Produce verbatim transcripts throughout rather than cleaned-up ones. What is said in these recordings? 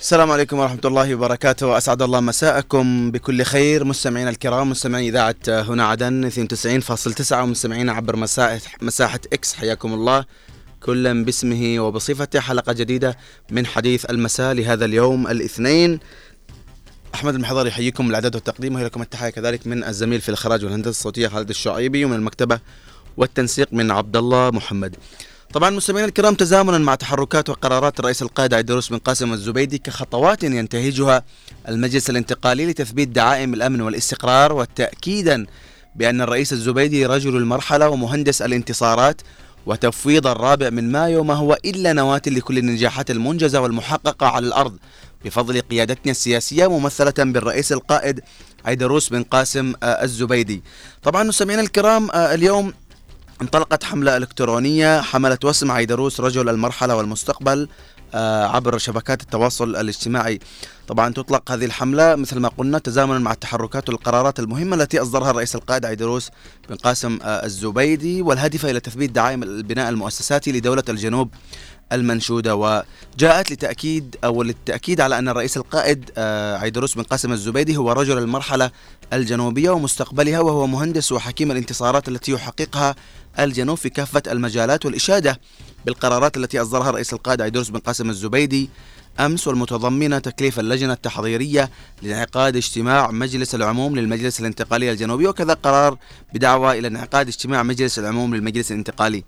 السلام عليكم ورحمة الله وبركاته، أسعد الله مساءكم بكل خير مستمعينا الكرام، مستمعي إذاعة هنا عدن اثنين وتسعين فاصلة تسعة ومستمعينا عبر مساحة مساحة إكس، حياكم الله كلا باسمه وبصفته. حلقة جديدة من حديث المساء لهذا اليوم الاثنين. أحمد المحضر يحييكم الإعداد والتقديم، وهي لكم التحية كذلك من الزميل في الإخراج والهندسة الصوتية خالد الشعيبي، ومن المكتبة والتنسيق من عبد الله محمد. طبعا مستمعينا الكرام، تزامنا مع تحركات وقرارات الرئيس القائد عيدروس بن قاسم الزبيدي كخطوات ينتهجها المجلس الانتقالي لتثبيت دعائم الأمن والاستقرار، وتأكيدا بأن الرئيس الزبيدي رجل المرحلة ومهندس الانتصارات، وتفويض الرابع من مايو ما هو إلا نواة لكل النجاحات المنجزة والمحققة على الأرض بفضل قيادتنا السياسية ممثلة بالرئيس القائد عيدروس بن قاسم الزبيدي. طبعا مستمعينا الكرام، اليوم انطلقت حملة إلكترونية حملت وسم عيدروس رجل المرحلة والمستقبل عبر شبكات التواصل الاجتماعي. طبعا تطلق هذه الحملة مثل ما قلنا تزامنا مع التحركات والقرارات المهمة التي أصدرها الرئيس القائد عيدروس بن قاسم الزبيدي، والهادفة إلى تثبيت دعائم البناء المؤسساتي لدولة الجنوب المنشودة، وجاءت لتأكيد أو للتأكيد على أن الرئيس القائد عيدروس بن قاسم الزبيدي هو رجل المرحلة الجنوبية ومستقبلها، وهو مهندس وحكيم الانتصارات التي يحققها الجنوب في كافة المجالات، والإشادة بالقرارات التي أصدرها الرئيس القائد عيدروس بن قاسم الزبيدي أمس، والمتضمنة تكليف اللجنة التحضيرية لانعقاد اجتماع مجلس العموم للمجلس الانتقالي الجنوبي، وكذا قرار بدعوة إلى انعقاد اجتماع مجلس العموم للمجلس الانتقالي.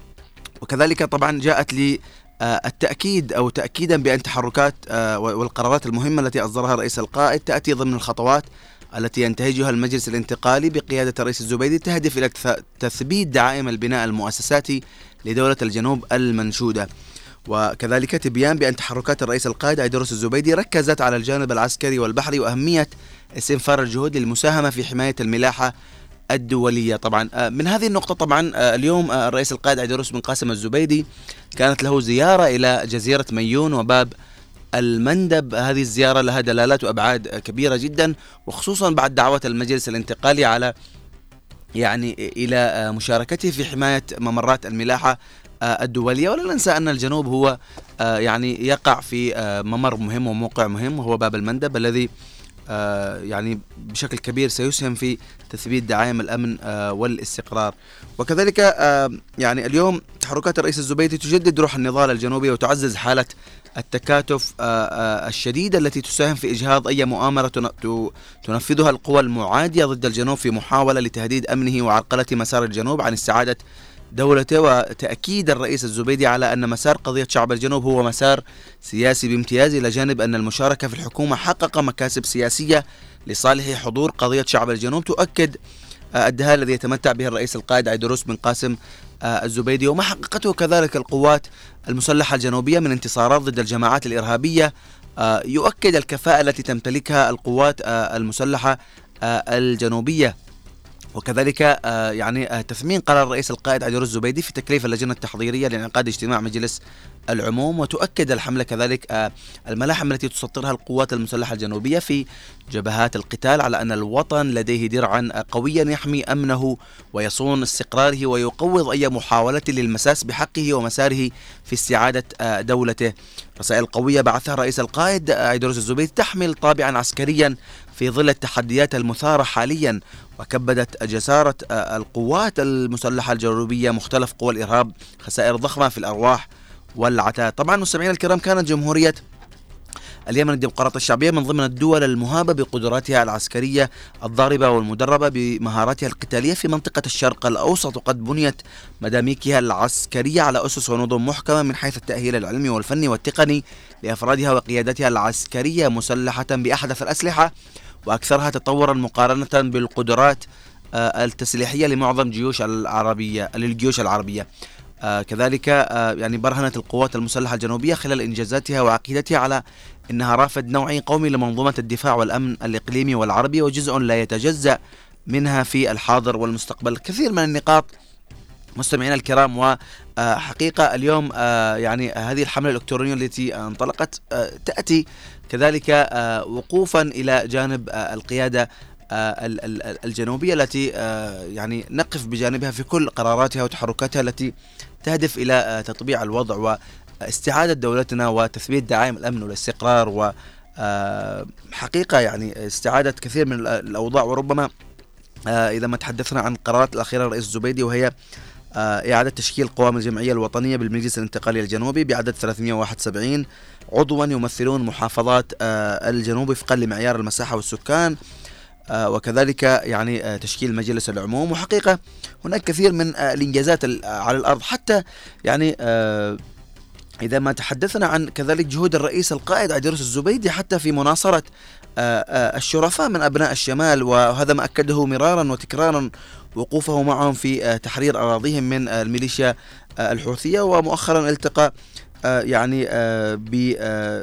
وكذلك طبعا جاءت للتأكيد أو تأكيدا بأن تحركات والقرارات المهمة التي أصدرها الرئيس القائد تأتي ضمن الخطوات التي ينتهجها المجلس الانتقالي بقيادة الرئيس الزبيدي، تهدف إلى تثبيت دعائم البناء المؤسساتي لدولة الجنوب المنشودة، وكذلك تبيان بأن تحركات الرئيس القائد عيدروس الزبيدي ركزت على الجانب العسكري والبحري وأهمية استنفار الجهود للمساهمة في حماية الملاحة الدولية. طبعا من هذه النقطة، طبعا اليوم الرئيس القائد عيدروس بن قاسم الزبيدي كانت له زيارة إلى جزيرة ميون وباب المندب. هذه الزيارة لها دلالات وأبعاد كبيرة جدا، وخصوصا بعد دعوة المجلس الانتقالي على يعني إلى مشاركته في حماية ممرات الملاحة الدولية. ولا ننسى أن الجنوب هو يعني يقع في ممر مهم وموقع مهم، وهو باب المندب الذي يعني بشكل كبير سيسهم في تثبيت دعائم الأمن والاستقرار. وكذلك يعني اليوم تحركات الرئيس الزبيدي تجدد روح النضال الجنوبي وتعزز حالة التكاتف الشديدة التي تساهم في إجهاض أي مؤامرة تنفذها القوى المعادية ضد الجنوب في محاولة لتهديد أمنه وعرقلة مسار الجنوب عن استعادة دولته. وتأكيد الرئيس الزبيدي على أن مسار قضية شعب الجنوب هو مسار سياسي بامتياز، إلى جانب أن المشاركة في الحكومة حقق مكاسب سياسية لصالح حضور قضية شعب الجنوب، تؤكد الدهاء الذي يتمتع به الرئيس القائد عيدروس بن قاسم الزبيدي وما حققته كذلك القوات المسلحة الجنوبية من انتصارات ضد الجماعات الإرهابية. يؤكد الكفاءة التي تمتلكها القوات المسلحة الجنوبية، وكذلك يعني تثمين قرار الرئيس القائد عيدروس الزبيدي في تكليف اللجنة التحضيرية لانعقاد اجتماع مجلس العموم. وتؤكد الحملة كذلك الملاحم التي تسطرها القوات المسلحة الجنوبية في جبهات القتال على أن الوطن لديه درعا قويا يحمي أمنه ويصون استقراره ويقوض أي محاولة للمساس بحقه ومساره في استعادة دولته. رسائل قوية بعثها الرئيس القائد عيدروس الزبيدي تحمل طابعا عسكريا في ظل التحديات المثارة حاليا، وكبدت جسارة القوات المسلحة الجنوبية مختلف قوى الإرهاب خسائر ضخمة في الأرواح والعتاد. طبعا مستمعينا الكرام، كانت جمهورية اليمن الديمقراطية الشعبية من ضمن الدول المهابة بقدراتها العسكرية الضاربة والمدربة بمهاراتها القتالية في منطقة الشرق الأوسط، وقد بنيت مداميكها العسكرية على أسس ونظم محكمة من حيث التأهيل العلمي والفني والتقني لأفرادها وقيادتها العسكرية، مسلحة بأحدث الأسلحة وأكثرها تطورا مقارنة بالقدرات التسليحية لمعظم جيوش العربية للجيوش العربية. آه كذلك آه يعني برهنت القوات المسلحة الجنوبية خلال إنجازاتها وعقيدتها على أنها رافد نوعي قومي لمنظومة الدفاع والأمن الإقليمي والعربي، وجزء لا يتجزأ منها في الحاضر والمستقبل. كثير من النقاط مستمعينا الكرام، وحقيقة اليوم آه يعني هذه الحملة الإلكترونية التي انطلقت آه تأتي كذلك آه وقوفا إلى جانب آه القيادة الجنوبية التي يعني نقف بجانبها في كل قراراتها وتحركاتها التي تهدف إلى تطبيع الوضع استعادة دولتنا وتثبيت دعائم الأمن والاستقرار، وحقيقة يعني استعادة كثير من الأوضاع. وربما إذا ما تحدثنا عن القرارات الأخيرة للرئيس الزبيدي، وهي إعادة تشكيل قوام الجمعية الوطنية بالمجلس الانتقالي الجنوبي بعدد ثلاثمئة وواحد وسبعين عضوا يمثلون محافظات الجنوب وفقا لمعيار المساحة والسكان، وكذلك يعني تشكيل مجلس العموم. وحقيقة هناك كثير من الإنجازات على الأرض، حتى يعني إذا ما تحدثنا عن كذلك جهود الرئيس القائد عيدروس الزبيدي حتى في مناصرة الشرفاء من أبناء الشمال، وهذا ما أكده مرارا وتكرارا وقوفه معهم في تحرير أراضيهم من الميليشيا الحوثية. ومؤخرا التقى يعني ب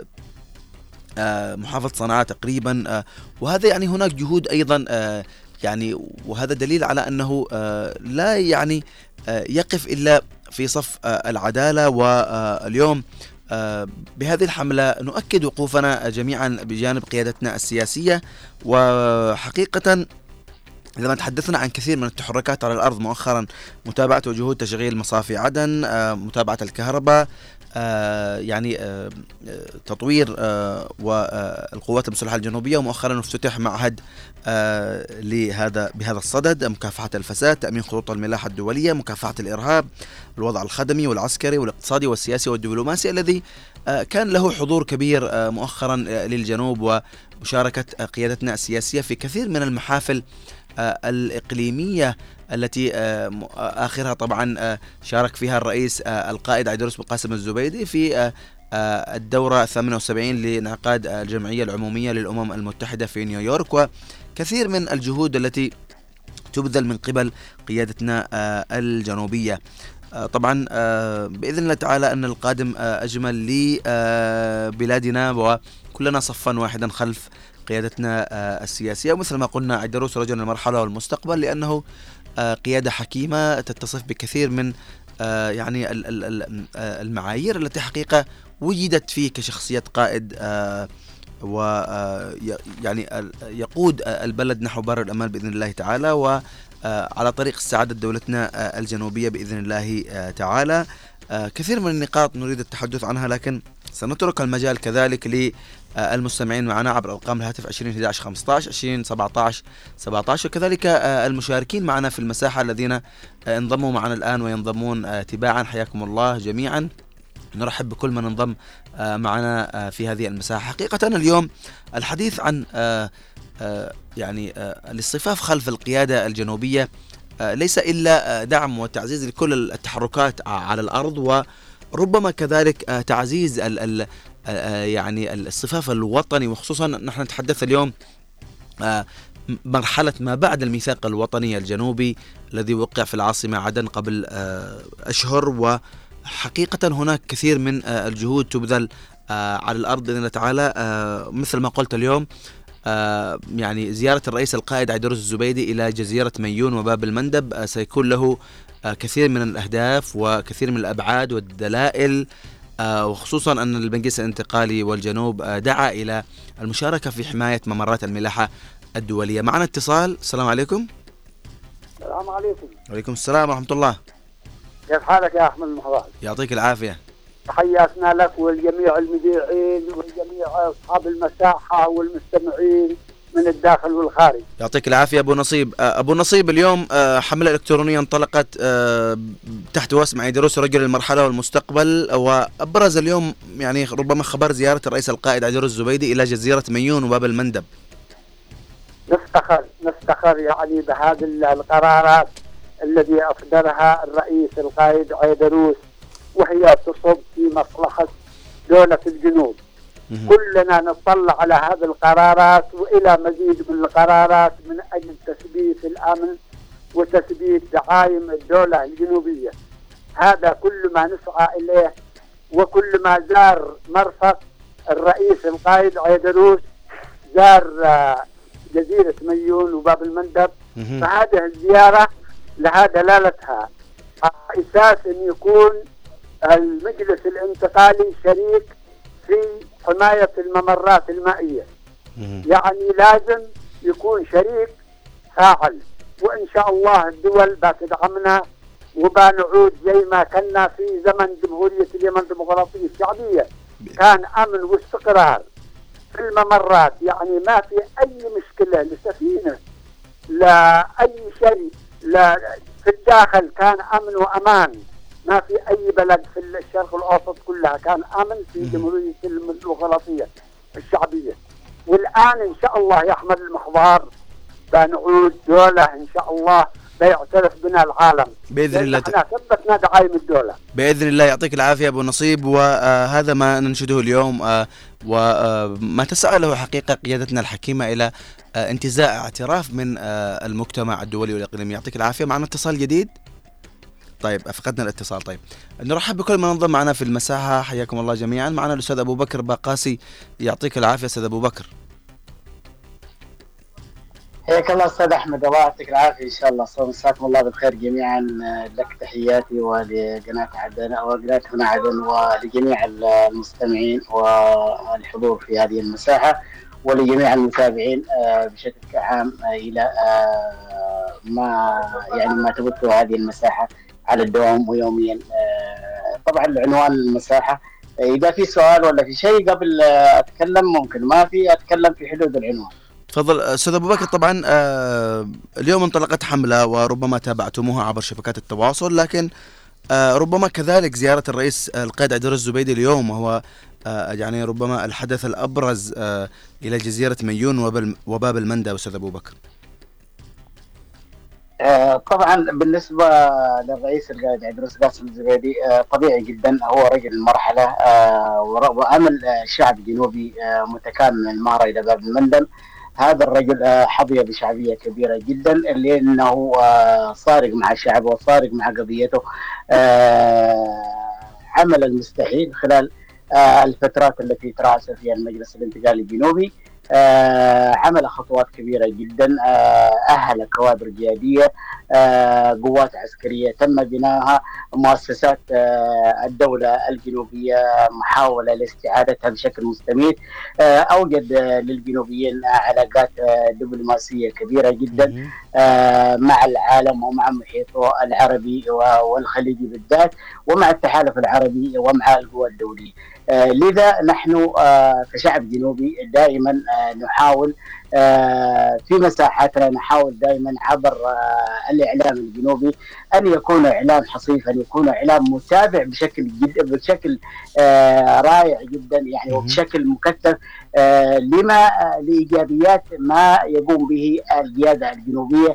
محافظة صنعاء تقريبا، وهذا يعني هناك جهود أيضا يعني، وهذا دليل على أنه لا يعني يقف إلا في صف العدالة. واليوم بهذه الحملة نؤكد وقوفنا جميعا بجانب قيادتنا السياسية. وحقيقة إذا ما تحدثنا عن كثير من التحركات على الأرض مؤخرا، متابعة وجهود تشغيل مصافي عدن، متابعة الكهرباء، آه يعني آه تطوير آه والقوات المسلحة الجنوبية، ومؤخرا افتتح معهد آه لهذا بهذا الصدد، مكافحة الفساد، تأمين خطوط الملاحة الدولية، مكافحة الإرهاب، الوضع الخدمي والعسكري والاقتصادي والسياسي والدبلوماسي الذي آه كان له حضور كبير آه مؤخرا آه للجنوب، ومشاركة آه قيادتنا السياسية في كثير من المحافل آه الإقليمية التي آخرها طبعا شارك فيها الرئيس القائد عيدروس بن قاسم الزبيدي في الدورة الثامنة والسبعين لانعقاد الجمعية العمومية للأمم المتحدة في نيويورك، وكثير من الجهود التي تبذل من قبل قيادتنا الجنوبية. طبعا بإذن الله تعالى أن القادم أجمل لبلادنا، وكلنا صفا واحدا خلف قيادتنا السياسية. ومثل ما قلنا عيدروس رجل المرحلة والمستقبل، لأنه قيادة حكيمة تتصف بكثير من يعني المعايير التي حقيقة وجدت فيه كشخصية قائد، ويعني يقود البلد نحو بر الأمان بإذن الله تعالى، وعلى طريق استعادة دولتنا الجنوبية بإذن الله تعالى. كثير من النقاط نريد التحدث عنها، لكن سنترك المجال كذلك للمستمعين معنا عبر أرقام الهاتف عشرين أحد عشر خمسة عشر عشرين سبعة عشر سبعة عشر، وكذلك المشاركين معنا في المساحة الذين انضموا معنا الآن وينضمون تباعا. حياكم الله جميعا، نرحب بكل من انضم معنا في هذه المساحة. حقيقة اليوم الحديث عن يعني الاصطفاف خلف القيادة الجنوبية ليس إلا دعم وتعزيز لكل التحركات على الأرض، وربما كذلك تعزيز ال ال يعني الاصطفاف الوطني، وخصوصا نحن نتحدث اليوم مرحلة ما بعد الميثاق الوطني الجنوبي الذي وقع في العاصمة عدن قبل أشهر. وحقيقة هناك كثير من الجهود تبذل على الأرض بإذن الله تعالى. مثل ما قلت اليوم آه يعني زيارة الرئيس القائد عيدروس الزبيدي إلى جزيرة ميون وباب المندب آه سيكون له آه كثير من الأهداف وكثير من الأبعاد والدلائل، آه وخصوصا أن المجلس الانتقالي والجنوب آه دعا إلى المشاركة في حماية ممرات الملاحة الدولية. معنا اتصال. السلام عليكم. السلام عليكم. وعليكم السلام ورحمة الله. كيف حالك يا أحمد المحراج؟ يعطيك العافية. تحياتنا لك والجميع المذيعين والجميع أصحاب المساحة والمستمعين من الداخل والخارج. يعطيك العافية أبو نصيب. أبو نصيب، اليوم حملة إلكترونية انطلقت تحت واسم عيدروس رجل المرحلة والمستقبل، وأبرز اليوم يعني ربما خبر زيارة الرئيس القائد عيدروس الزبيدي إلى جزيرة ميون وباب المندب. نفتخر نفتخر يعني بهذه القرارات الذي أصدرها الرئيس القائد عيدروس، وهي تصب في مصلحة دولة الجنوب. كلنا نطلع على هذه القرارات وإلى مزيد من القرارات من أجل تثبيت الأمن وتثبيت دعائم الدولة الجنوبية. هذا كل ما نسعى إليه، وكل ما زار مرفق الرئيس القائد عيدروس زار جزيرة ميون وباب المندب، فهذه الزيارة لها دلالتها على أساس أن يكون المجلس الانتقالي شريك في حماية الممرات المائية. يعني لازم يكون شريك فاعل، وإن شاء الله الدول بتدعمنا وبنعود زي ما كنا في زمن جمهورية اليمن الديمقراطية الشعبية، كان أمن واستقرار في الممرات، يعني ما في أي مشكلة لسفينة لا أي شيء، لا في الداخل كان أمن وأمان، ما في أي بلد في الشرق الأوسط كلها كان أمن في جمهورية اليمن الديمقراطية الشعبية. والآن إن شاء الله يا أحمد المحضار بنعود دولة إن شاء الله بيعترف بنا العالم بإذن الله. احنا ثبتنا دعايم الدولة بإذن الله. يعطيك العافية أبو نصيب، وهذا ما ننشده اليوم، وما تسعى له حقيقة قيادتنا الحكيمة إلى انتزاع اعتراف من المجتمع الدولي والإقليمي. يعطيك العافية. معنا اتصال جديد. طيب فقدنا الاتصال. طيب نرحب بكل من انضم معنا في المساحة، حياكم الله جميعا. معنا الأستاذ أبو بكر باقاسي. يعطيك العافية أستاذ أبو بكر. حياك الله أستاذ أحمد، الله يعطيك العافية إن شاء الله. مساكم الله بالخير جميعا. لك تحياتي ولقناة عدن وقناة هنا عدن ولجميع المستمعين والحضور في هذه المساحة ولجميع المتابعين بشكل عام إلى ما يعني ما تبثه هذه المساحة على الدوام ويوميا. طبعا العنوان المساحة، إذا في سؤال ولا في شيء قبل أتكلم ممكن، ما في أتكلم في حدود العنوان. تفضل أستاذ أبو بكر. طبعا آه اليوم انطلقت حملة وربما تابعتموها عبر شبكات التواصل، لكن آه ربما كذلك زيارة الرئيس القائد عيدروس الزبيدي اليوم هو آه يعني ربما الحدث الأبرز آه إلى جزيرة ميون وباب المندب. أستاذ أبو بكر. آه طبعا بالنسبة للرئيس القائد عيدروس قاسم الزبيدي آه طبيعي جدا، هو رجل المرحلة آه وأمل الشعب الجنوبي آه متكامل المهرة إلى باب المندب. هذا الرجل حظي بشعبية كبيرة جدا لأنه صارق مع شعبه وصارق مع قضيته، عمل المستحيل خلال الفترات التي ترأس فيها المجلس الانتقالي الجنوبي، عمل خطوات كبيرة جدا، أهل كوادر قيادية، قوات عسكرية تم بناءها، مؤسسات الدولة الجنوبية محاولة لاستعادتها بشكل مستميت، أوجد للجنوبيين علاقات دبلوماسية كبيرة جدا مع العالم ومع محيطه العربي والخليجي بالذات ومع التحالف العربي ومع القوى الدولية. لذا نحن كشعب جنوبي دائما نحاول في مساحاتنا، نحاول دائما عبر الإعلام الجنوبي أن يكون إعلام حصيف، أن يكون إعلام متابع بشكل جد بشكل رائع جدا يعني وبشكل مكثف لما لإيجابيات ما يقوم به القيادة الجنوبية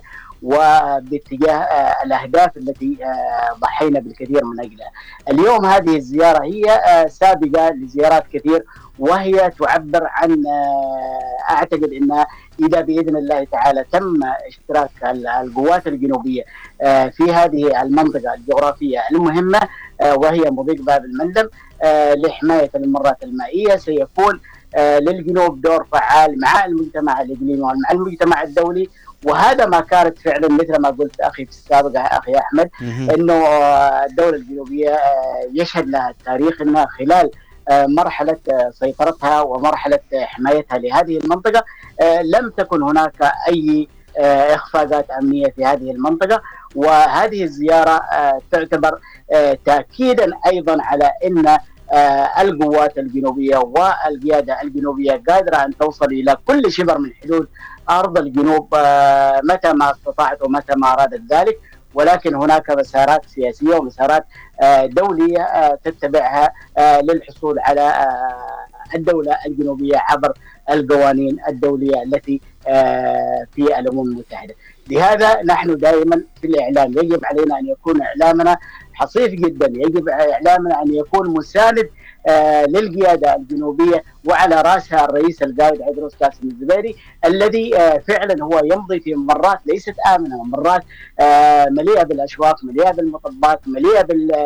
وباتجاه الأهداف التي ضحينا بالكثير من أجلها. اليوم هذه الزيارة هي سابقة لزيارات كثير، وهي تعبر عن أعتقد أنها إذا بإذن الله تعالى تم اشتراك القوات الجنوبية في هذه المنطقة الجغرافية المهمة وهي مضيق باب المندب لحماية الممرات المائية، سيكون للجنوب دور فعال مع المجتمع الإقليمي ومع المجتمع الدولي. وهذا ما كانت فعلا مثل ما قلت أخي في السابق أخي أحمد، أنه الدولة الجنوبية يشهد لها التاريخ أنها خلال مرحلة سيطرتها ومرحلة حمايتها لهذه المنطقة لم تكن هناك أي إخفاقات أمنية في هذه المنطقة. وهذه الزيارة تعتبر تأكيدا أيضا على أن القوات الجنوبية والقيادة الجنوبية قادرة أن توصل إلى كل شبر من حدود أرض الجنوب متى ما استطاعت ومتى ما أرادت ذلك، ولكن هناك مسارات سياسية ومسارات دولية تتبعها للحصول على الدولة الجنوبية عبر القوانين الدولية التي في الأمم المتحدة. لهذا نحن دائما في الإعلام يجب علينا أن يكون إعلامنا حصيف جدا، يجب إعلامنا أن يكون مساند آه للقيادة الجنوبية وعلى رأسها الرئيس القائد عيدروس قاسم الزبيدي الذي آه فعلا هو يمضي في ممرات ليست آمنة، ممرات آه مليئة بالأشواك، مليئة بالمطبات، مليئة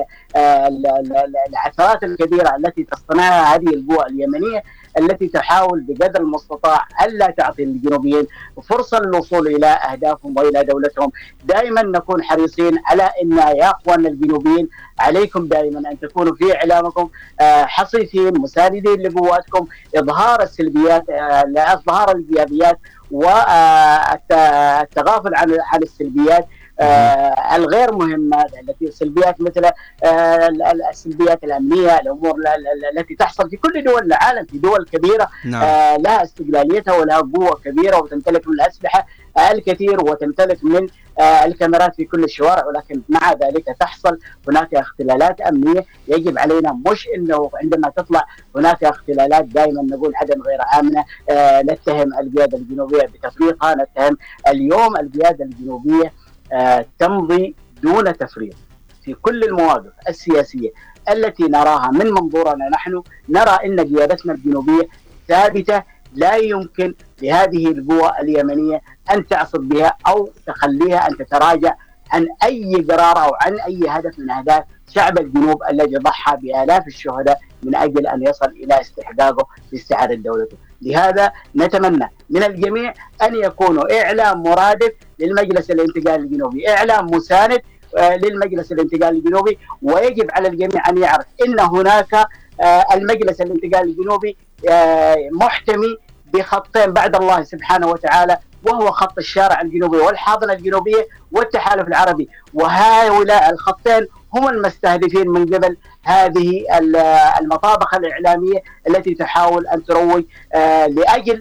بالعثرات الكبيرة التي تصطنعها هذه القوى اليمنية التي تحاول بقدر المستطاع ألا تعطي الجنوبيين فرصة للوصول إلى أهدافهم وإلى دولتهم. دائما نكون حريصين على أن يا أخواننا الجنوبيين عليكم دائما أن تكونوا في إعلامكم حصيفين مساندين لقواتكم، إظهار السلبيات إظهار الإيجابيات والتغافل عن عن السلبيات، آه الغير مهمة التي سلبيات مثل آه السلبيات الأمنية، الأمور التي تحصل في كل دول العالم، في دول كبيرة نعم. آه لها استقلاليتها ولها قوة كبيرة وتمتلك من الأسلحة الكثير وتمتلك من آه الكاميرات في كل الشوارع، ولكن مع ذلك تحصل هناك اختلالات أمنية. يجب علينا مش إنه عندما تطلع هناك اختلالات دائما نقول عدم غير آمنة، آه نتهم القيادة الجنوبية بتفريطها، نتهم اليوم القيادة الجنوبية آه تمضي دون تفريط في كل المواقف السياسية التي نراها من منظورنا. نحن نرى أن قيادتنا الجنوبية ثابتة، لا يمكن لهذه القوى اليمنية أن تعصب بها أو تخليها أن تتراجع عن أي قرار أو عن أي هدف من أهداف شعب الجنوب الذي ضحى بآلاف الشهداء من أجل أن يصل إلى استحقاقه باستعادة دولته. لهذا نتمنى من الجميع أن يكونوا إعلام مرادف للمجلس الانتقالي الجنوبي، إعلام مساند للمجلس الانتقالي الجنوبي، ويجب على الجميع أن يعرف أن هناك المجلس الانتقالي الجنوبي محتمي بخطين بعد الله سبحانه وتعالى، وهو خط الشارع الجنوبي والحاضنة الجنوبية والتحالف العربي، وهؤلاء الخطين هم المستهدفين من قبل هذه المطابخ الإعلامية التي تحاول أن تروج لأجل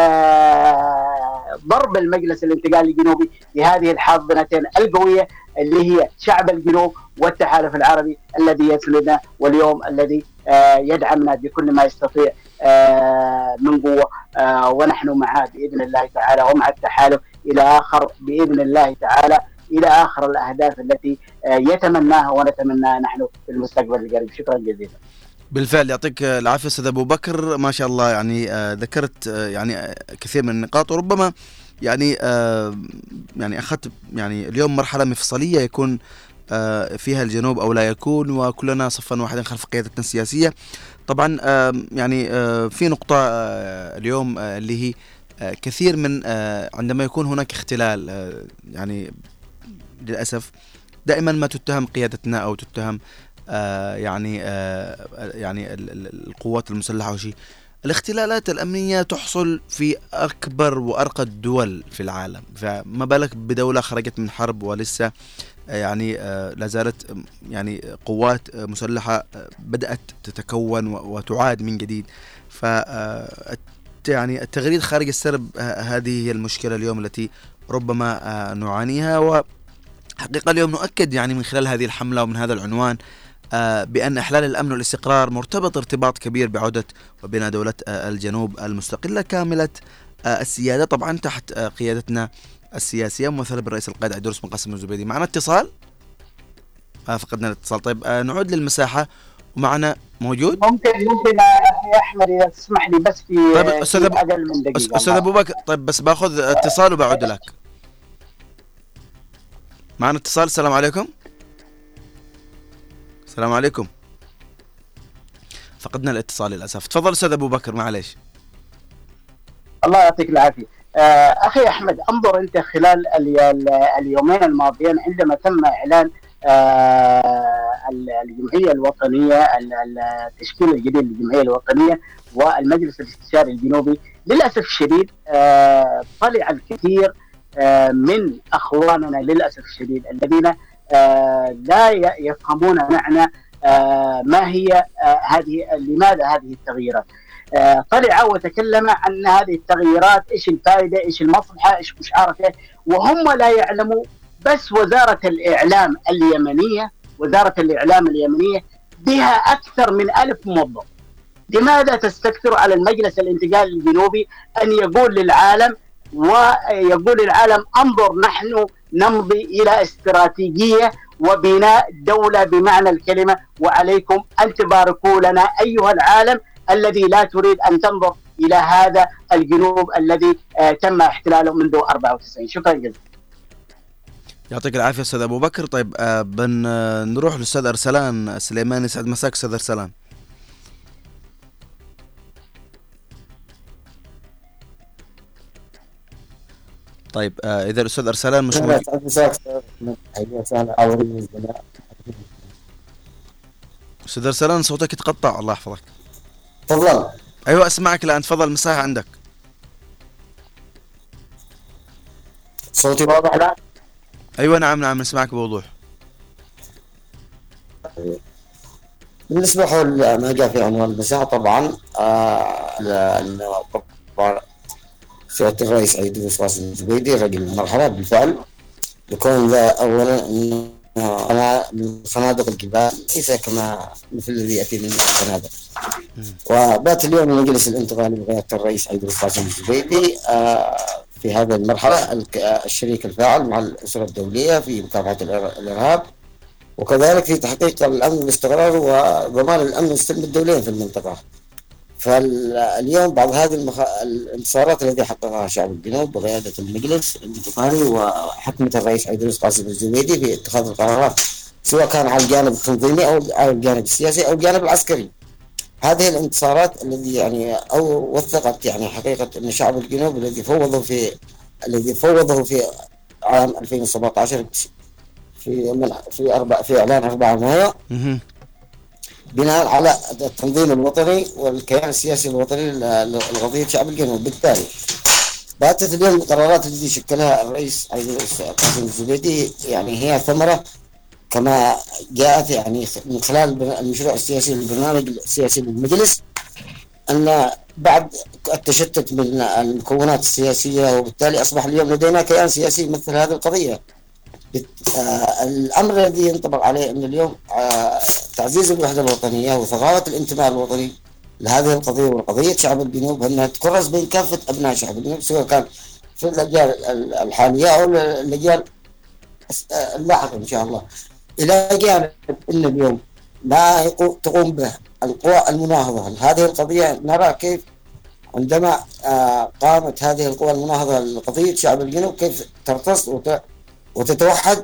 ضرب المجلس الانتقالي الجنوبي لهذه الحاضنتين القوية اللي هي شعب الجنوب والتحالف العربي الذي يسندنا واليوم الذي يدعمنا بكل ما يستطيع من قوة، ونحن معه بإذن الله تعالى ومع التحالف إلى آخر بإذن الله تعالى إلى آخر الأهداف التي يتمناها ونتمناها نحن في المستقبل القريب. شكرا جزيلا. بالفعل يعطيك العافية أستاذ أبو بكر، ما شاء الله يعني آه ذكرت آه يعني آه كثير من النقاط، وربما يعني آه يعني أخذت يعني اليوم مرحلة مفصلية يكون آه فيها الجنوب أو لا يكون، وكلنا صفا واحدا خلف قيادتنا السياسية. طبعا آه يعني آه في نقطة آه اليوم آه اللي هي آه كثير من آه عندما يكون هناك اختلال آه يعني للأسف دائما ما تتهم قيادتنا أو تتهم آه يعني آه يعني القوات المسلحة أو شيء. الاختلالات الأمنية تحصل في أكبر وأرقى الدول في العالم، فما بالك بدولة خرجت من حرب ولسه يعني آه لا زالت يعني قوات مسلحة بدأت تتكون وتعاد من جديد. ف يعني التغريد خارج السرب هذه هي المشكلة اليوم التي ربما آه نعانيها. وحقيقة اليوم نؤكد يعني من خلال هذه الحملة ومن هذا العنوان آه بأن إحلال الأمن والاستقرار مرتبط ارتباط كبير بعودة وبناء دولة آه الجنوب المستقلة كاملة آه السيادة، طبعا تحت آه قيادتنا السياسية ممثلة بالرئيس القائد عيدروس بن قاسم الزبيدي. معنا اتصال؟ آه فقدنا الاتصال. طيب آه نعود للمساحة ومعنا موجود. ممكن ممكن أخي أحمد إذا تسمح لي بس في طيب أستاذ أبو أقل من دقيقة. أستاذ أبو بكر طيب بس باخذ اتصال وبعود لك. معنا اتصال. السلام عليكم. السلام عليكم. فقدنا الاتصال للأسف. تفضل أستاذ أبو بكر معليش. الله يعطيك العافية. آه أخي أحمد، انظر أنت خلال اليومين الماضيين عندما تم إعلان آه الجمعية الوطنية التشكيل الجديد للجمعية الوطنية والمجلس الاستشاري الجنوبي، للأسف الشديد آه طلع الكثير آه من أخواننا للأسف الشديد الذين آه لا يفهمون معنى آه ما هي آه هذه لماذا هذه التغييرات. آه طلع وتكلم عن هذه التغييرات، ايش الفائده، ايش المصلحه، ايش مش عارف ايه، وهم لا يعلموا. بس وزاره الاعلام اليمنيه وزاره الاعلام اليمنيه بها اكثر من ألف موظف. لماذا تستكثر على المجلس الانتقالي الجنوبي ان يقول للعالم ويقول للعالم انظر نحن نمضي إلى استراتيجية وبناء دولة بمعنى الكلمة، وعليكم أن تباركوا لنا أيها العالم الذي لا تريد أن تنظر إلى هذا الجنوب الذي آه تم احتلاله منذ أربعة وتسعين. شكرا جزيلا. يعطيك العافية أستاذ أبو بكر. طيب آه بنروح للأستاذ أرسلان السليماني. يسعد مساك أستاذ أرسلان. طيب آه إذا الأستاذ أرسلان مش موجود. أستاذ أرسلان صوتك يتقطع. الله يحفظك. تفضل. أيوة أسمعك الآن. تفضل المساحة عندك. صوتي واضح الآن؟ أيوة نعم نعم نسمعك بوضوح. بالنسبة حول ما جاء في عنوان المساء، طبعا آه طبعا سيادة الرئيس عيدروس قاسم الزبيدي رجل المرحلة بالفعل، يكون ذا أولا أنا من صنادق الكبار ليس كما مثل الذي يأتي من الصنادق. وبات اليوم المجلس الانتقالي بقيادة الرئيس عيدروس قاسم الزبيدي آه في هذه المرحلة الشريك الفاعل مع الأسرة الدولية في مكافحة الإرهاب، وكذلك في تحقيق الأمن والاستقرار وضمان الأمن والسلم الدولي في المنطقة. فاليوم بعض هذه المخ... الانتصارات التي حققها شعب الجنوب بقيادة المجلس الانتقالي وحكمة الرئيس عيدروس قاسم الزبيدي في اتخاذ القرارات، سواء كان على الجانب التنظيمي أو على الجانب السياسي أو الجانب العسكري. هذه الانتصارات التي يعني أو وثقت يعني حقيقة أن شعب الجنوب الذي فوضه في الذي فوضه في عام ألفين وسبعة عشر في في أربع في إعلان أربعة مايو بناء على التنظيم الوطني والكيان السياسي الوطني لقضية شعب الجنوب. بالتالي باتت اليوم القرارات التي شكلها الرئيس عيدروس قاسم الزبيدي يعني هي ثمرة كما جاءت يعني من خلال المشروع السياسي للبرنامج السياسي للمجلس، أن بعد التشتت من المكونات السياسية وبالتالي أصبح اليوم لدينا كيان سياسي يمثل هذه القضية. آه الأمر الذي ينطبق عليه أن اليوم آه تعزيز الوحدة الوطنية وثقافة الانتماء الوطني لهذه القضية وقضية شعب الجنوب أنها تكرس بين كافة أبناء شعب الجنوب، سواء كان في الأجيال الحالية أو الأجيال اللاحقة إن شاء الله، إلى جانب أن اليوم ما تقوم به القوى المناهضة لهذه القضية. نرى كيف عندما آه قامت هذه القوى المناهضة لقضية شعب الجنوب كيف ترتص وت وتتوحد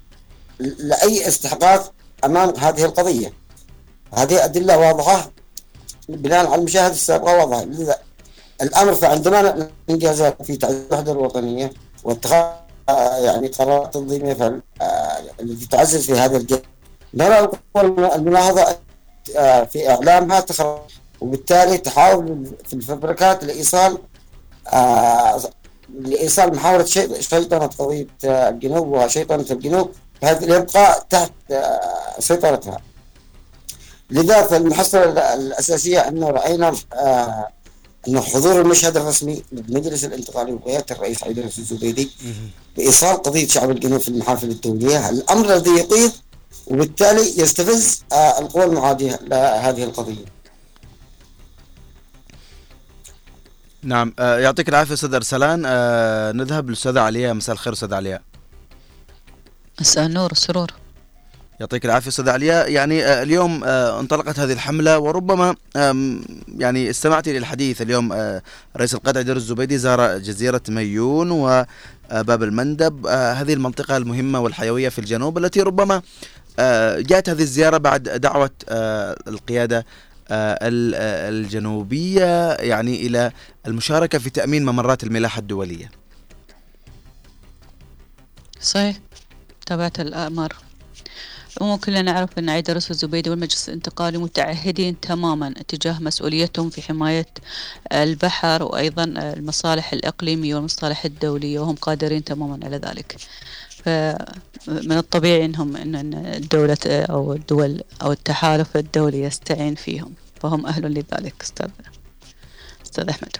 لأي استحقاق أمام هذه القضية. هذه أدلة واضحة بناء على المشاهد السابقة واضحة. لذا الأمر فعندما الإنجازات في تعزيز الوحدة الوطنية واتخاذ يعني قرارات تنظيمية التي تعزز في هذا الجانب، نرى المناهضة في إعلامها تخرج، وبالتالي تحاول في الفبركات لإيصال لإيصال محاولة شيطنة قضية الجنوب وشيطنة الجنوب بحيث يبقى تحت سيطرتها. لذا فالمحصلة الأساسية أنه رأينا أنه حضور المشهد الرسمي للمجلس الانتقالي بقيادة الرئيس عيدروس الزبيدي بإيصال قضية شعب الجنوب في المحافل الدولية، الأمر الذي يقيد وبالتالي يستفز القوى المعادية لهذه القضية. نعم آه يعطيك العافية أستاذ أرسلان. آه نذهب للأستاذة علياء. مساء الخير أستاذ علياء. مساء النور السرور. يعطيك العافية أستاذ علياء. يعني آه اليوم آه انطلقت هذه الحملة، وربما يعني استمعتي للحديث اليوم. آه رئيس القائد عيدروس الزبيدي زار جزيرة ميون وباب المندب، آه هذه المنطقة المهمة والحيوية في الجنوب التي ربما آه جاءت هذه الزيارة بعد دعوة آه القيادة الجنوبية يعني إلى المشاركة في تأمين ممرات الملاحة الدولية. صحيح، تابعت الأمر. وكلنا نعرف أن عيدروس الزبيدي والمجلس الانتقالي متعهدين تماما تجاه مسؤوليتهم في حماية البحر وأيضا المصالح الإقليمية والمصالح الدولية، وهم قادرين تماما على ذلك. فمن الطبيعي أنهم أن الدولة أو الدول أو التحالف الدولي يستعين فيهم، فهم أهل لذلك. أستاذ أستاذ أحمد.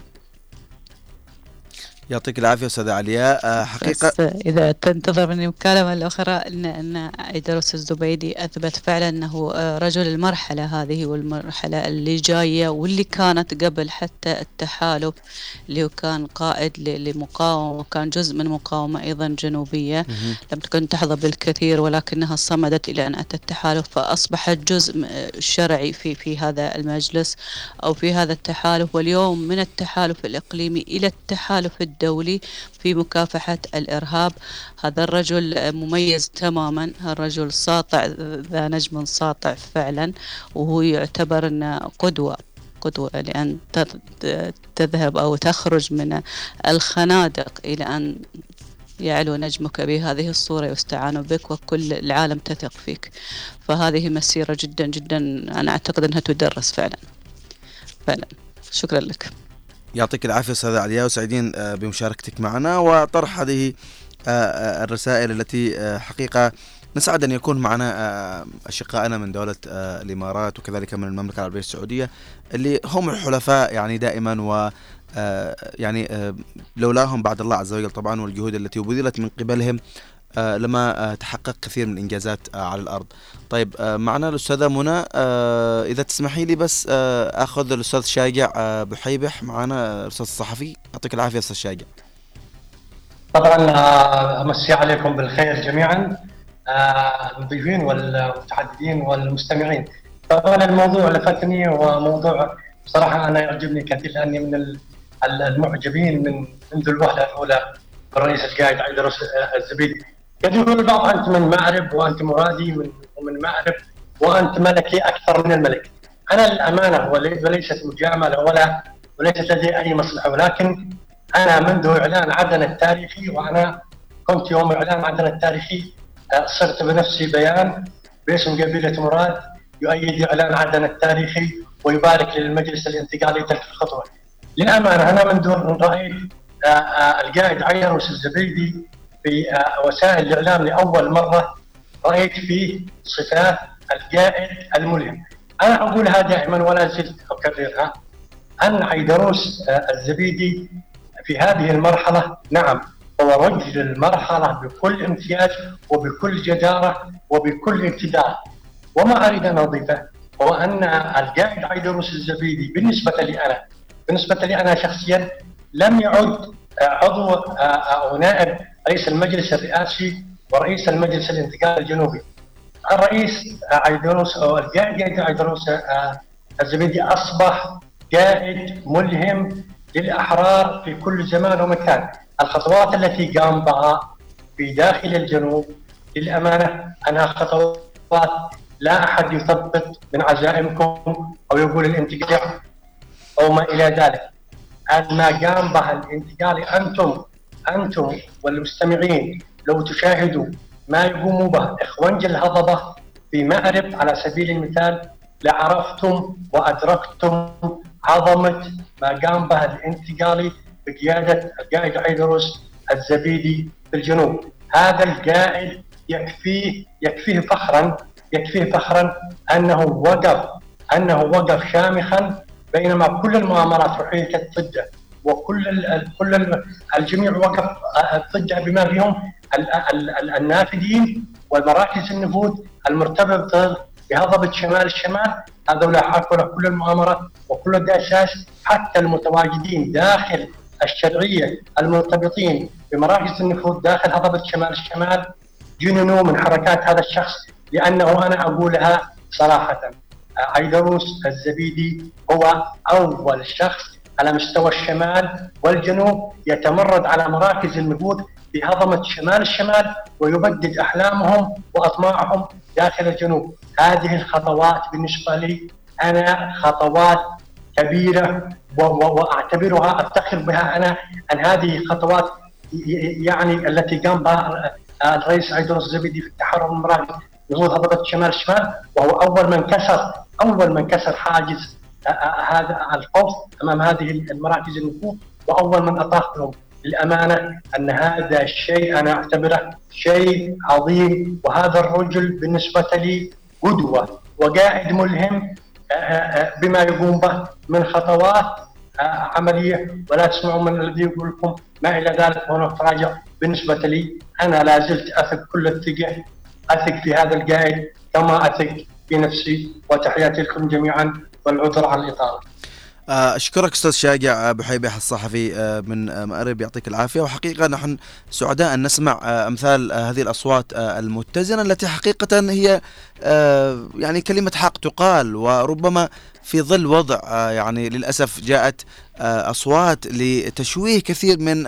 يعطيك العافية أستاذ علياء. حقيقة إذا تنتظر مني المكالمة الأخرى أن أن عيدروس الزبيدي أثبت فعلا أنه رجل المرحلة هذه والمرحلة اللي جاية واللي كانت قبل حتى التحالف، اللي كان قائد لمقاومة وكان جزء من مقاومة أيضا جنوبية لم تكن تحظى بالكثير ولكنها صمدت إلى أن أتى التحالف، فأصبحت جزء شرعي في في هذا المجلس أو في هذا التحالف. واليوم من التحالف الإقليمي إلى التحالف الدولي في مكافحة الإرهاب. هذا الرجل مميز تماما، الرجل ساطع ذا نجم ساطع فعلا، وهو يعتبر أنه قدوة قدوة لأن تذهب أو تخرج من الخنادق إلى أن يعلو نجمك بهذه الصورة ويستعان بك وكل العالم تثق فيك. فهذه مسيرة جدا جدا أنا أعتقد أنها تدرس فعلا فعلا. شكرا لك. يعطيك العافية أستاذ علياء، وسعيدين بمشاركتك معنا وطرح هذه الرسائل التي حقيقة نسعد أن يكون معنا أشقائنا من دولة الإمارات وكذلك من المملكة العربية السعودية اللي هم الحلفاء يعني دائما، و يعني لولاهم بعد الله عز وجل طبعا والجهود التي بذلت من قبلهم لما تحقق كثير من الإنجازات على الأرض. طيب معنا الأستاذة منى، إذا تسمحي لي بس أخذ الأستاذ شاجع بحيبح معنا، الأستاذ الصحفي. يعطيك العافية أستاذ شاجع. طبعا أمسي عليكم بالخير جميعا المضيفين والمتحدثين والمستمعين. طبعا الموضوع لفتني وموضوع بصراحة أنا يعجبني كثير، لأني من المعجبين من منذ الوهلة الأولى بالرئيس القائد عيدروس الزبيدي. قد يقول البعض أنت من مأرب وأنت مرادي من ومن مأرب وأنت ملكي أكثر من الملك. أنا الأمانة وليست مجاملة ولا وليست لدي أي مصلحة، ولكن أنا منذ إعلان عدن التاريخي، وأنا كنت يوم إعلان عدن التاريخي صرت بنفسي بيان باسم قبيلة مراد يؤيد إعلان عدن التاريخي ويبارك للمجلس الانتقالي تلك الخطوة. للأمانة أنا منذ رأيت القائد عيدروس الزبيدي في وسائل الإعلام لأول مرة رأيت فيه صفات القائد الملهم. أنا أقولها دائما ولا زلت أكررها، أن عيدروس الزبيدي في هذه المرحلة نعم هو رجل المرحلة بكل امتياز وبكل جدارة وبكل اقتدار. وما أريد أن أضيفه هو أن القائد عيدروس الزبيدي بالنسبة لي أنا بالنسبة لي أنا شخصيا لم يعد عضو أو نائب رئيس المجلس الرئاسي ورئيس المجلس الانتقالي الجنوبي. الرئيس عيدروس أو القائد عيدروس الزبيدي أصبح قائد ملهم للأحرار في كل زمان ومكان. الخطوات التي قام بها في داخل الجنوب للأمانة أنها خطوات لا أحد يثبت من عزائمكم أو يقول الانتقال أو ما إلى ذلك. ما قام به الانتقالي أنتم أنتم والمستمعين لو تشاهدوا ما يقوموا به إخوانج الهضبة في مأرب على سبيل المثال لعرفتم وأدركتم عظمة ما قام به الانتقالي بقيادة القائد عيدروس الزبيدي في الجنوب. هذا القائد يكفيه يكفيه فخرا يكفيه فخرا أنه وقف أنه وقف شامخا بينما كل المؤامرات رحيلت ضده وكل ال كل ال الجميع وقف ضده بما فيهم ال ال النافذين والمراكز النفوذ المرتبطة بهضبة شمال الشمال. هذولا حاكوا كل المؤامرات وكل الدساس، حتى المتواجدين داخل الشرعية المرتبطين بمراكز النفوذ داخل هضبة شمال الشمال جننوا من حركات هذا الشخص. لأنه أنا أقولها صراحة عيدروس الزبيدي هو أول شخص على مستوى الشمال والجنوب يتمرد على مراكز النفوذ في هضبة شمال الشمال ويبدد أحلامهم وأطماعهم داخل الجنوب. هذه الخطوات بالنسبة لي أنا خطوات كبيرة وأعتبرها أفتخر بها أنا أن هذه خطوات يعني التي قام بها الرئيس عيدروس الزبيدي في التحرر من مراكز نفوذ هضبة شمال الشمال، وهو أول من كسر أول من كسر حاجز هذا الخوف أمام هذه المراكز النفوذ وأول من أطاح لهم. للأمانة أن هذا الشيء أنا أعتبره شيء عظيم، وهذا الرجل بالنسبة لي قدوة وقائد ملهم بما يقوم به من خطوات عملية. ولا تسمعوا من الذي يقول لكم ما إلى ذلك وأنا أتراجع. بالنسبة لي أنا لا زلت أثق كل الثقة أثق في هذا القائد كما أثق في نفسي. وتحياتي لكم جميعا والعذر على الإطالة. أشكرك أستاذ شاجع بحيبح الصحفي من مأرب، يعطيك العافية. وحقيقة نحن سعداء أن نسمع أمثال هذه الأصوات المتزنة التي حقيقة هي يعني كلمة حق تقال، وربما في ظل وضع يعني للأسف جاءت أصوات لتشويه كثير من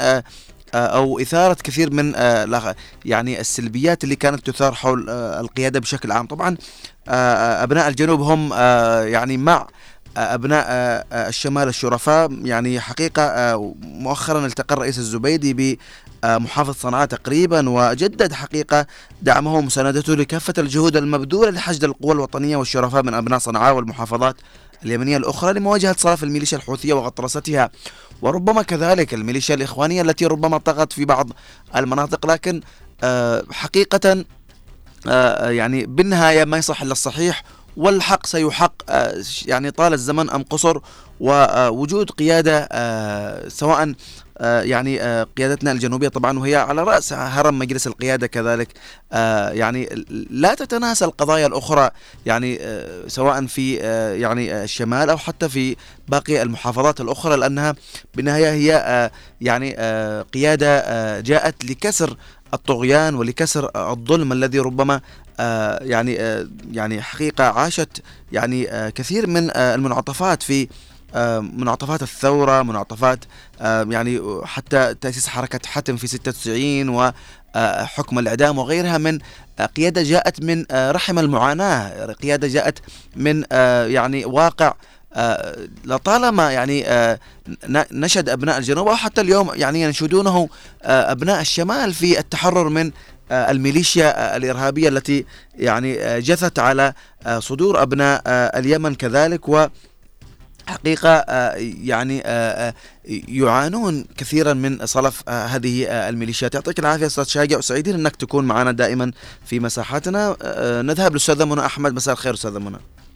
أو إثارة كثير من يعني السلبيات اللي كانت تثار حول القيادة بشكل عام. طبعا أبناء الجنوب هم يعني مع أبناء الشمال الشرفاء. يعني حقيقة مؤخرا التقى الرئيس الزبيدي بمحافظ صنعاء تقريبا وجدد حقيقة دعمه ومساندته لكافة الجهود المبذولة لحشد القوى الوطنية والشرفاء من أبناء صنعاء والمحافظات اليمنية الأخرى لمواجهة صرف الميليشيا الحوثية وغطرستها، وربما كذلك الميليشيا الإخوانية التي ربما طغت في بعض المناطق. لكن حقيقة يعني بالنهاية ما يصح إلا الصحيح، والحق سيحق يعني طال الزمن أم قصر. ووجود قيادة سواء يعني قيادتنا الجنوبية طبعا وهي على رأس هرم مجلس القيادة كذلك يعني لا تتناسى القضايا الأخرى، يعني سواء في يعني الشمال أو حتى في باقي المحافظات الأخرى، لأنها بالنهاية هي يعني قيادة جاءت لكسر الطغيان ولكسر الظلم الذي ربما آه يعني آه يعني حقيقة عاشت يعني آه كثير من آه المنعطفات في آه منعطفات الثورة، منعطفات آه يعني حتى تأسيس حركة حتم في ستة وتسعين وحكم الإعدام وغيرها من آه قيادة جاءت من آه رحم المعاناة، قيادة جاءت من آه يعني واقع آه لطالما يعني آه نشد أبناء الجنوب أو حتى اليوم يعني ينشدونه آه أبناء الشمال في التحرر من آه الميليشيا آه الإرهابية التي يعني آه جثت على آه صدور أبناء آه اليمن كذلك. وحقيقة آه يعني آه يعانون كثيرا من صلف آه هذه آه الميليشيات. يعطيك العافية أستاذ شاقع، وسعيدين أنك تكون معنا دائما في مساحاتنا. آه نذهب للأستاذة منى أحمد. مساء الخير أستاذة منى.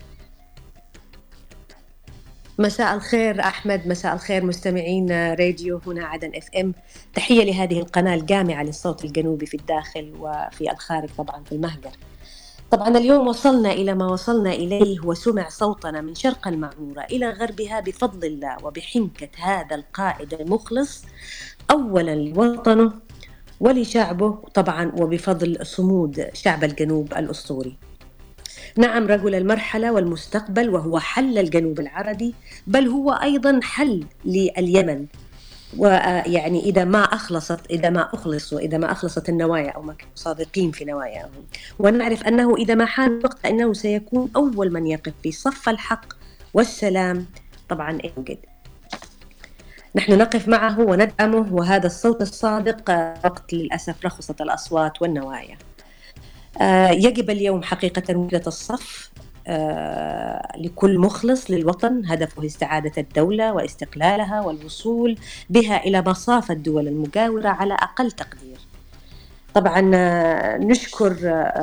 مساء الخير أحمد، مساء الخير مستمعين راديو هنا عدن اف ام. تحية لهذه القناة الجامعة للصوت الجنوبي في الداخل وفي الخارج طبعا في المهجر. طبعا اليوم وصلنا إلى ما وصلنا إليه وسمع صوتنا من شرق المعمورة إلى غربها بفضل الله وبحنكة هذا القائد المخلص أولا لوطنه ولشعبه طبعا، وبفضل صمود شعب الجنوب الأسطوري. نعم، رجل المرحلة والمستقبل، وهو حل الجنوب العربي، بل هو أيضا حل لليمن. ويعني إذا ما أخلصت إذا ما أخلصوا إذا ما أخلصت النوايا أو ما كانوا صادقين في نواياهم، ونعرف أنه إذا ما حان الوقت أنه سيكون أول من يقف في صف الحق والسلام طبعا إنجد. نحن نقف معه وندعمه، وهذا الصوت الصادق وقت للأسف رخصت الأصوات والنوايا. يجب اليوم حقيقة وحدة الصف لكل مخلص للوطن هدفه استعادة الدولة واستقلالها والوصول بها إلى مصاف الدول المجاورة على أقل تقدير. طبعا نشكر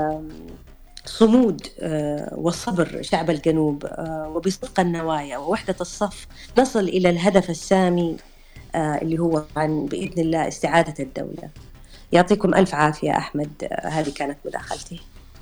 صمود وصبر شعب الجنوب، وبصدق النوايا ووحدة الصف نصل إلى الهدف السامي اللي هو عن بإذن الله استعادة الدولة. يعطيكم ألف عافية أحمد، هذه كانت مداخلتي.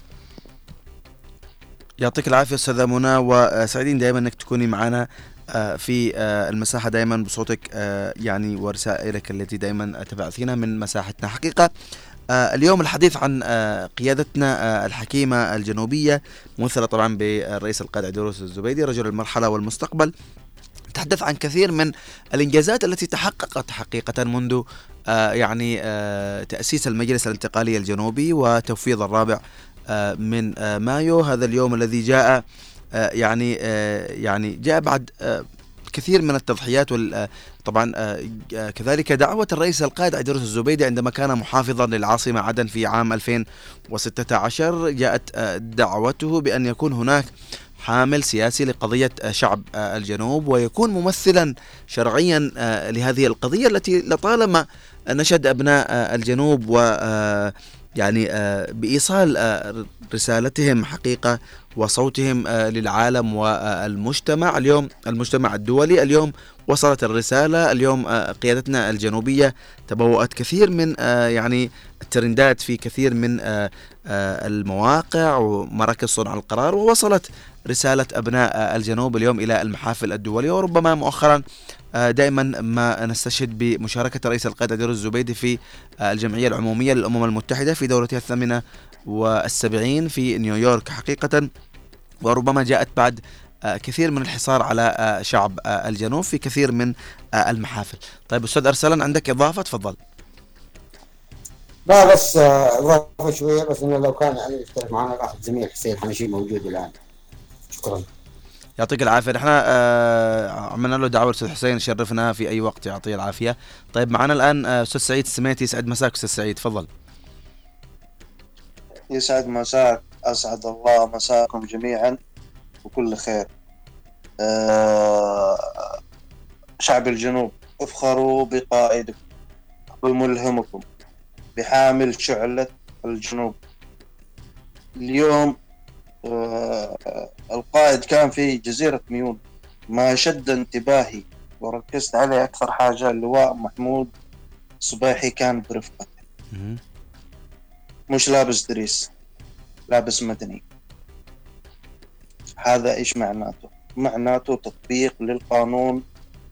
يعطيك العافية أستاذة منى، وسعيدين دائما أنك تكوني معنا في المساحة دائما بصوتك يعني ورسائلك التي دائما تبعثينا من مساحتنا. حقيقة اليوم الحديث عن قيادتنا الحكيمة الجنوبية ممثلة طبعا بالرئيس القائد عيدروس الزبيدي رجل المرحلة والمستقبل. تحدث عن كثير من الإنجازات التي تحققت حقيقة منذ آه يعني آه تأسيس المجلس الانتقالي الجنوبي وتوفيض الرابع آه من آه مايو، هذا اليوم الذي جاء آه يعني آه يعني جاء بعد آه كثير من التضحيات. طبعا آه كذلك دعوة الرئيس القائد عيدروس الزبيدي عندما كان محافظا للعاصمة عدن في عام ألفين وستة عشر، جاءت آه دعوته بأن يكون هناك حامل سياسي لقضية شعب الجنوب ويكون ممثلا شرعيا لهذه القضية التي لطالما نشد أبناء الجنوب و يعني بإيصال رسالتهم حقيقة وصوتهم للعالم والمجتمع. اليوم المجتمع الدولي اليوم وصلت الرسالة. اليوم قيادتنا الجنوبية تبوأت كثير من يعني الترندات في كثير من المواقع ومراكز صنع القرار، ووصلت رسالة أبناء الجنوب اليوم إلى المحافل الدولية. وربما مؤخرا دائما ما نستشهد بمشاركة رئيس القائد عيدروس الزبيدي في الجمعية العمومية للأمم المتحدة في دورتها الثامنة والسبعين في نيويورك حقيقة، وربما جاءت بعد كثير من الحصار على شعب الجنوب في كثير من المحافل. طيب أستاذ أرسلان عندك إضافة؟ تفضل. لا بس إضافة شوية، بس إنه لو كان يعني يشترك معنا الأخ الزميل حسين حنشي موجود الآن. شكرا. يعطيك العافية. نحن آه عملنا له دعوة أستاذ حسين، شرفنا في أي وقت، يعطيه العافية. طيب معنا الآن أستاذ سعيد السميتي. يسعد مساك أستاذ سعيد، تفضل. يسعد مساك، أسعد الله مساكم جميعا وكل خير. شعب الجنوب افخروا بقائدكم، بملهمكم، بحامل شعلة الجنوب. اليوم القائد كان في جزيرة ميون، ما شد انتباهي وركزت عليه أكثر حاجة اللواء محمود صبيحي كان برفقته، مش لابس دريس، لابس مدني. هذا إيش معناته؟ معناته تطبيق للقانون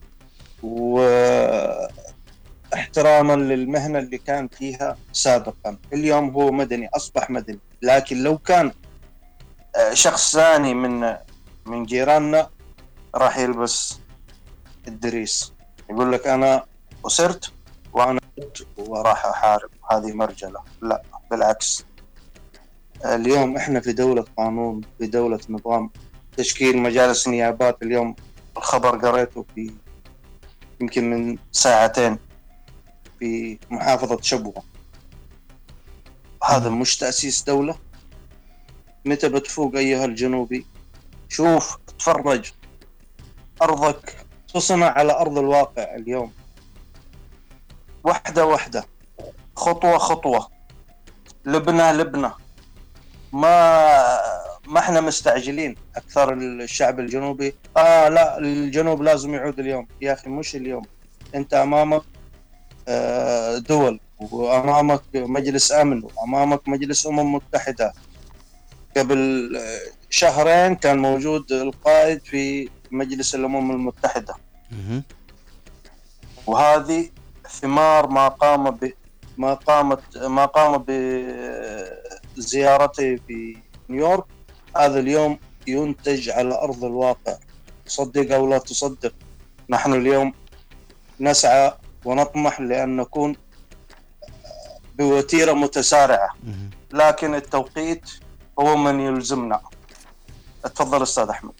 واحتراما للمهنة اللي كان فيها سابقا. اليوم هو مدني، أصبح مدني، لكن لو كان شخص ثاني من من جيراننا راح يلبس الدريس، يقول لك أنا أسرت وأنا وراح أحارب، هذه مرجلة. لا بالعكس، اليوم إحنا في دولة قانون، في دولة نظام. تشكيل مجالس نيابات اليوم، الخبر قريته في يمكن من ساعتين في محافظة شبوة. هذا مش تأسيس دولة؟ متى بتفوق أيها الجنوبي؟ شوف، تفرج، أرضك تصنع على أرض الواقع اليوم، واحدة واحدة، خطوة خطوة، لبنة لبنة. ما ما احنا مستعجلين. أكثر الشعب الجنوبي آه لا الجنوب لازم يعود اليوم. يا أخي مش اليوم، أنت أمامك دول، وأمامك مجلس أمن، وأمامك مجلس أمم متحدة. قبل شهرين كان موجود القائد في مجلس الأمم المتحدة، وهذه ثمار ما قام ب ما قامت ما قام بزيارته في نيويورك. هذا اليوم ينتج على أرض الواقع، تصدق أو لا تصدق. نحن اليوم نسعى ونطمح لأن نكون بوتيرة متسارعة، لكن التوقيت هو من يلزمنا. اتفضل أستاذ أحمد.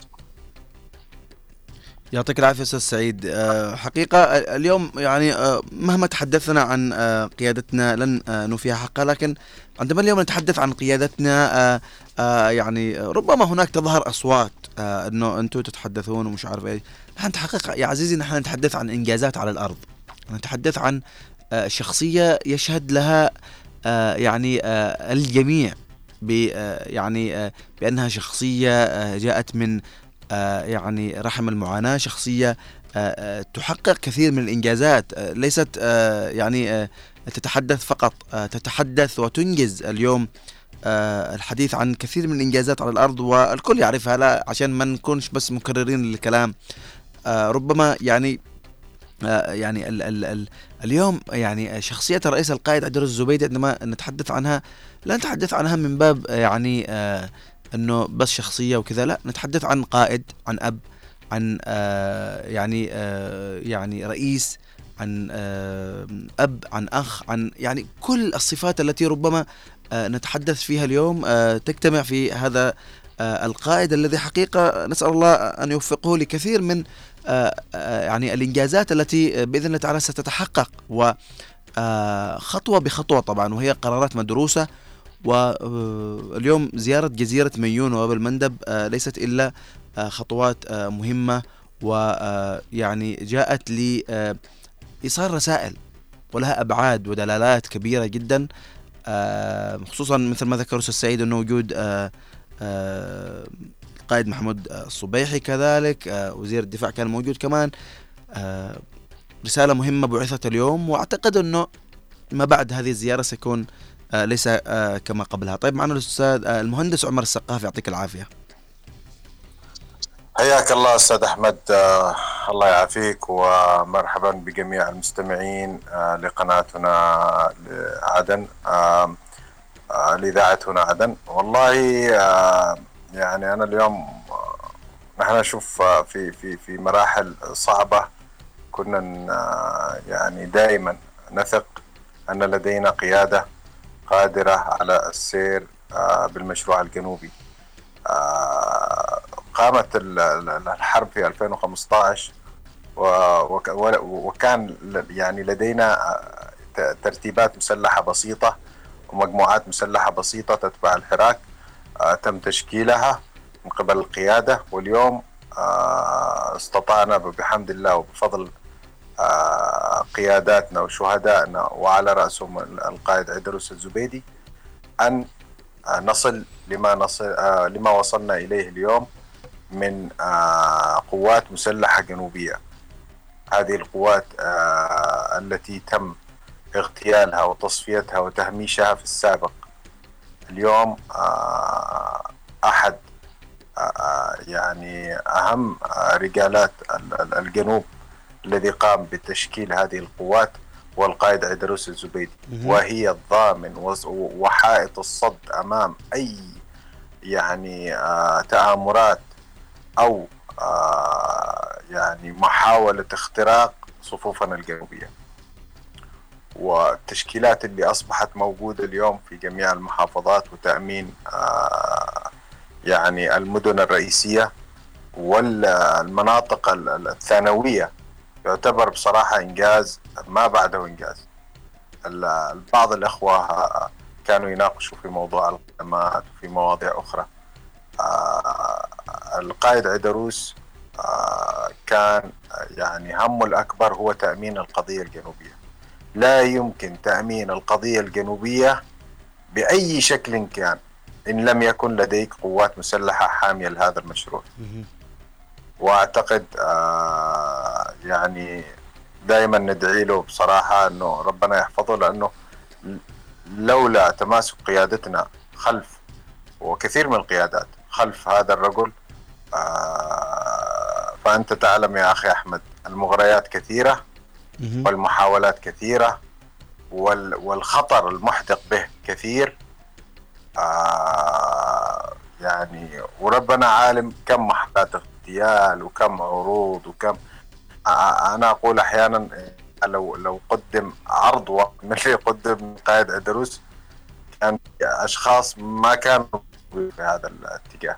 يعطيك العافية أستاذ سعيد. حقيقة اليوم يعني مهما تحدثنا عن قيادتنا لن نوفيها حقها، لكن عندما اليوم نتحدث عن قيادتنا يعني ربما هناك تظهر أصوات أنه أنتم تتحدثون ومش عارف إيه. نحن حقيقة يا عزيزي نحن نتحدث عن إنجازات على الأرض، نتحدث عن شخصية يشهد لها يعني الجميع يعني بأنها شخصية جاءت من يعني رحم المعاناة، شخصية تحقق كثير من الإنجازات، ليست يعني تتحدث فقط، تتحدث وتنجز اليوم الحديث عن كثير من الإنجازات على الأرض والكل يعرفها. لا عشان ما نكونش بس مكررين للكلام، ربما يعني يعني ال ال ال اليوم يعني شخصية الرئيس القائد عيدروس الزبيدي عندما نتحدث عنها لا نتحدث عنها من باب يعني آه انه بس شخصية وكذا، لا نتحدث عن قائد، عن اب، عن آه يعني آه يعني رئيس، عن آه اب، عن اخ، عن يعني كل الصفات التي ربما آه نتحدث فيها اليوم آه تجتمع في هذا آه القائد الذي حقيقة نسأل الله ان يوفقه لكثير من آه آه يعني الانجازات التي باذن الله تعالى ستتحقق، وخطوة بخطوة طبعا، وهي قرارات مدروسة. واليوم زيارة جزيرة ميون وباب المندب ليست إلا خطوات مهمة، ويعني جاءت لإيصال رسائل ولها أبعاد ودلالات كبيرة جدا، خصوصا مثل ما ذكر أستاذ سعيد أنه وجود القائد محمود الصبيحي، كذلك وزير الدفاع كان موجود كمان. رسالة مهمة بعثت اليوم، وأعتقد أنه ما بعد هذه الزيارة سيكون آه ليس آه كما قبلها. طيب معنا الأستاذ آه المهندس عمر السقاف، يعطيك العافية. حياك الله أستاذ أحمد، آه الله يعافيك، ومرحبا بجميع المستمعين آه لقناتنا عدن، آه آه لإذاعة هنا عدن. والله آه يعني أنا اليوم نحن نشوف آه في في في مراحل صعبة، كنا آه يعني دائما نثق أن لدينا قيادة قادرة على السير بالمشروع الجنوبي. قامت الحرب في ألفين وخمسة عشر وكان يعني لدينا ترتيبات مسلحة بسيطة ومجموعات مسلحة بسيطة تتبع الحراك، تم تشكيلها من قبل القيادة، واليوم استطعنا بحمد الله وبفضل قياداتنا وشهدائنا وعلى رأسهم القائد عيدروس الزبيدي أن نصل لما نصل لما وصلنا إليه اليوم من قوات مسلحة جنوبية. هذه القوات التي تم اغتيالها وتصفيتها وتهميشها في السابق، اليوم أحد يعني أهم رجالات الجنوب الذي قام بتشكيل هذه القوات والقائد عيدروس الزبيدي، وهي الضامن وحائط الصد أمام أي يعني تآمرات أو يعني محاولة اختراق صفوفنا الجنوبية. والتشكيلات اللي أصبحت موجودة اليوم في جميع المحافظات وتأمين يعني المدن الرئيسية والمناطق الثانوية يعتبر بصراحة إنجاز ما بعده إنجاز. بعض الأخوة كانوا يناقشوا في موضوع القدمات وفي مواضيع أخرى. القائد عيدروس كان يعني همه الأكبر هو تأمين القضية الجنوبية. لا يمكن تأمين القضية الجنوبية بأي شكل كان إن لم يكن لديك قوات مسلحة حامية لهذا المشروع. وأعتقد آه يعني دائما ندعي له بصراحة أنه ربنا يحفظه، لأنه لولا تماسك قيادتنا خلف وكثير من القيادات خلف هذا الرجل آه فأنت تعلم يا أخي أحمد المغريات كثيرة والمحاولات كثيرة والخطر المحدق به كثير. آه يعني وربنا عالم كم محاولات اغتيال وكم عروض وكم آه أنا أقول أحيانا لو لو قدم عرض وقت من اللي قدم قائد عيدروس كان أشخاص ما كانوا في هذا الاتجاه.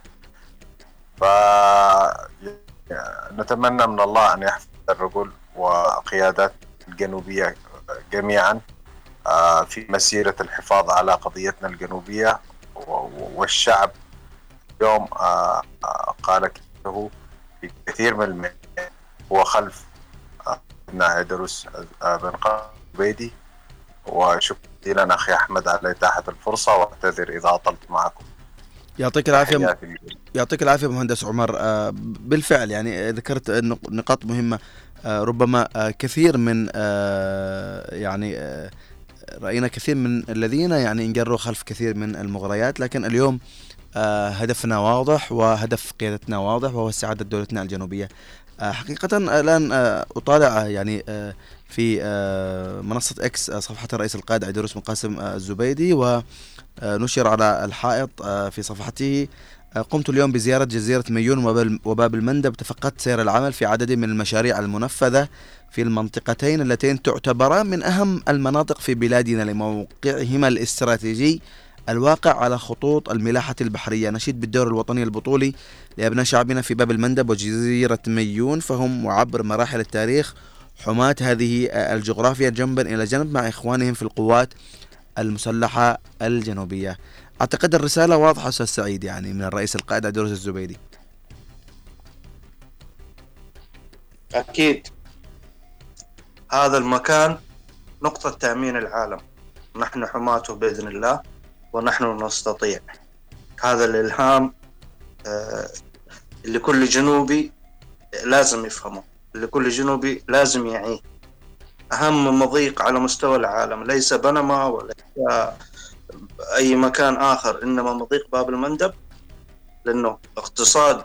فنتمنى من الله أن يحفظ الرجل وقيادات الجنوبية جميعا في مسيرة الحفاظ على قضيتنا الجنوبية. والشعب اليوم قال كله في كثير من المياه هو خلف ابن عيدروس بن الزبيدي. وشكرا جزيلا أخي أحمد على إتاحة الفرصة، واعتذر إذا أطلت معكم. يعطيك العافية يعطيك العافية مهندس عمر. بالفعل يعني ذكرت نقاط مهمة، ربما كثير من يعني رأينا كثير من الذين يعني انجروا خلف كثير من المغريات، لكن اليوم هدفنا واضح وهدف قيادتنا واضح وهو استعادة دولتنا الجنوبية. حقيقة الآن أطالع يعني في منصة إكس صفحة الرئيس القائد عيدروس بن قاسم الزبيدي، ونشر على الحائط في صفحته: قمت اليوم بزيارة جزيرة ميون وباب المندب، تفقدت سير العمل في عدد من المشاريع المنفذة في المنطقتين اللتين تعتبران من أهم المناطق في بلادنا لموقعهما الاستراتيجي الواقع على خطوط الملاحة البحرية. نشيد بالدور الوطني البطولي لأبناء شعبنا في باب المندب وجزيرة ميون، فهم وعبر مراحل التاريخ حماة هذه الجغرافيا جنبا إلى جنب مع إخوانهم في القوات المسلحة الجنوبية. أعتقد الرسالة واضحة أستاذ سعيد يعني من الرئيس القائد عيدروس الزبيدي. أكيد هذا المكان نقطة تأمين العالم، نحن حماته بإذن الله ونحن نستطيع. هذا الإلهام اللي كل جنوبي لازم يفهمه، اللي كل جنوبي لازم يعيه. أهم مضيق على مستوى العالم ليس بنما ولا أي مكان آخر، إنما مضيق باب المندب، لأنه اقتصاد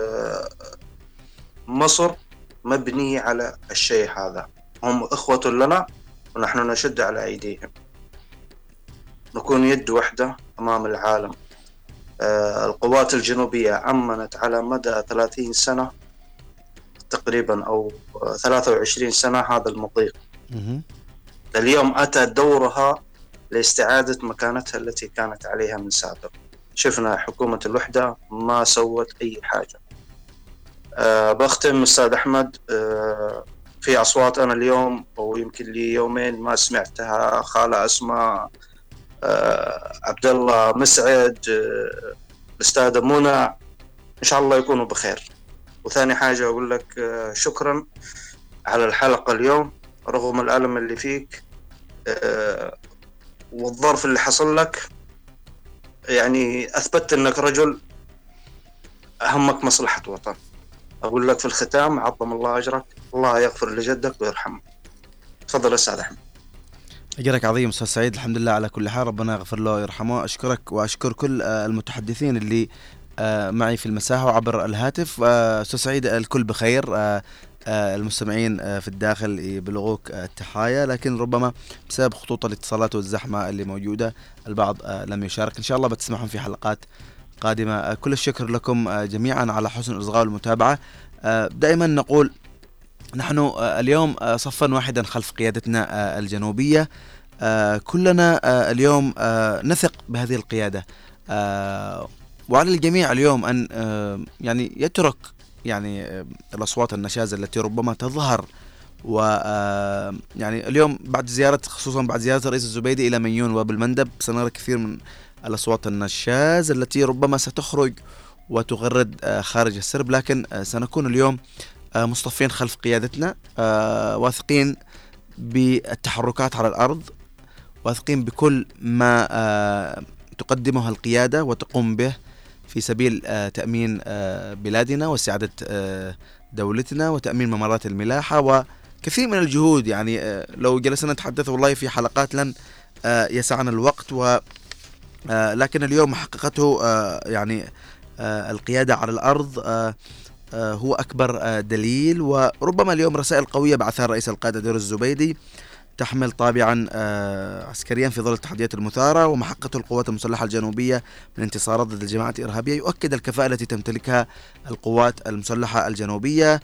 مصر مبني على الشيء هذا. هم إخوة لنا ونحن نشد على أيديهم، نكون يد واحدة أمام العالم. القوات الجنوبية أمنت على مدى ثلاثين سنة تقريبا أو ثلاثة وعشرين سنة هذا المضيق. اليوم أتى دورها لاستعادة مكانتها التي كانت عليها من سابق. شفنا حكومة الوحدة ما سوت أي حاجة. أه بختم أستاذ أحمد، أه في أصوات أنا اليوم أو يمكن لي يومين ما سمعتها، خالة أسماء، أه عبد الله مسعد، أه الأستاذة منى، إن شاء الله يكونوا بخير. وثاني حاجة أقول لك شكرا على الحلقة اليوم رغم الألم اللي فيك والظرف اللي حصل لك، يعني أثبتت أنك رجل أهمك مصلحة وطن. أقول لك في الختام عظم الله أجرك، الله يغفر لجدك ويرحمه. تفضل أستاذ أحمد. أجرك عظيم أستاذ سعيد، الحمد لله على كل حال، ربنا يغفر له ويرحمه. أشكرك وأشكر كل المتحدثين اللي معي في المساحة وعبر الهاتف. أستاذ سعيد الكل بخير، المستمعين في الداخل يبلغوك التحايا، لكن ربما بسبب خطوط الاتصالات والزحمة اللي موجودة البعض لم يشارك. إن شاء الله بتسمعون في حلقات قادمة. كل الشكر لكم جميعا على حسن الإصغاء والمتابعة. دائما نقول نحن اليوم صفا واحدا خلف قيادتنا الجنوبية، كلنا اليوم نثق بهذه القيادة، وعلى الجميع اليوم أن يعني يترك يعني الأصوات النشازة التي ربما تظهر. و يعني اليوم بعد زيارة خصوصا بعد زيارة الرئيس الزبيدي إلى منيون وبالمندب سنرى كثير من الأصوات النشازة التي ربما ستخرج وتغرد خارج السرب، لكن سنكون اليوم مصطفين خلف قيادتنا، واثقين بالتحركات على الأرض، واثقين بكل ما تقدمه القيادة وتقوم به في سبيل تأمين بلادنا واستعادة دولتنا وتأمين ممرات الملاحة وكثير من الجهود. يعني لو جلسنا نتحدث والله في حلقات لن يسعنا الوقت، و لكن اليوم حققته يعني القيادة على الأرض هو أكبر دليل. وربما اليوم رسائل قوية بعثها رئيس القائد الدور الزبيدي تحمل طابعا عسكريا في ظل التحديات المثارة وما حققته القوات المسلحة الجنوبية من انتصارات ضد الجماعات الإرهابية، يؤكد الكفاءة التي تمتلكها القوات المسلحة الجنوبية.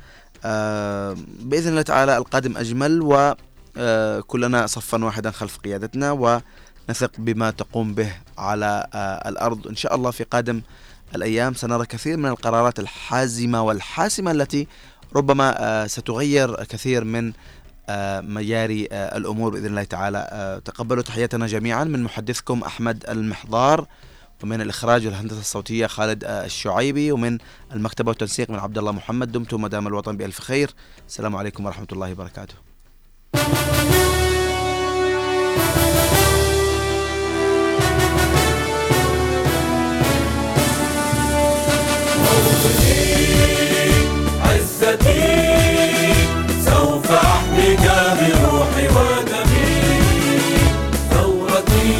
بإذن الله تعالى القادم أجمل، وكلنا صفا واحدا خلف قيادتنا ونثق بما تقوم به على الأرض. إن شاء الله في قادم الأيام سنرى كثير من القرارات الحازمة والحاسمة التي ربما ستغير كثير من مجاري الأمور بإذن الله تعالى. تقبلوا تحياتنا جميعا من محدثكم أحمد المحضار، ومن الإخراج والهندسة الصوتية خالد الشعيبي، ومن المكتبة والتنسيق من عبد الله محمد. دمتم مدام الوطن بألف خير. السلام عليكم ورحمة الله وبركاته. عزتي سوف أحميك بروحي ودمي، ثورتي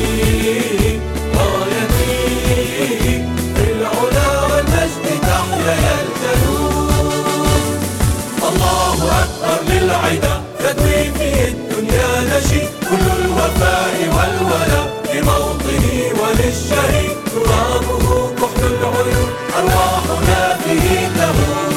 رايتي في العلا والمجد تحيا يا الجنوب. الله أكبر للعدا تدوي في الدنيا نشيد، كل الوفاء والولاء لموطني وللشهيد، ترابه كحل العيون أرواحنا فيه تموت.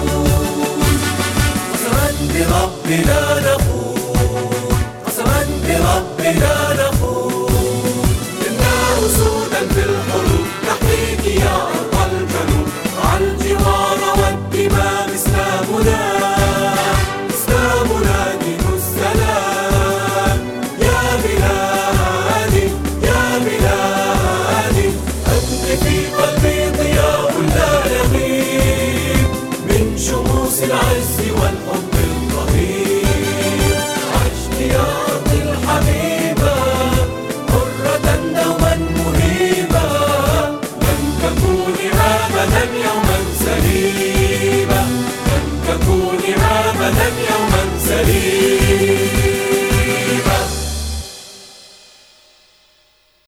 بربنا نقول قسما بربنا نقول إنا أسودا في الحروب نحميك يا أرض الجنوب، مع الجوار والدماء إسلامنا إسلامنا دين السلام. يا بلادي يا بلادي أنت في قلبي ضياء لا يغيب من شموس العز والحب. عشت يا أرض الحبيبة حرة دوما مهيبة، لن تكوني أبدا يوما سليمة، لن تكوني أبدا يوما سليمة.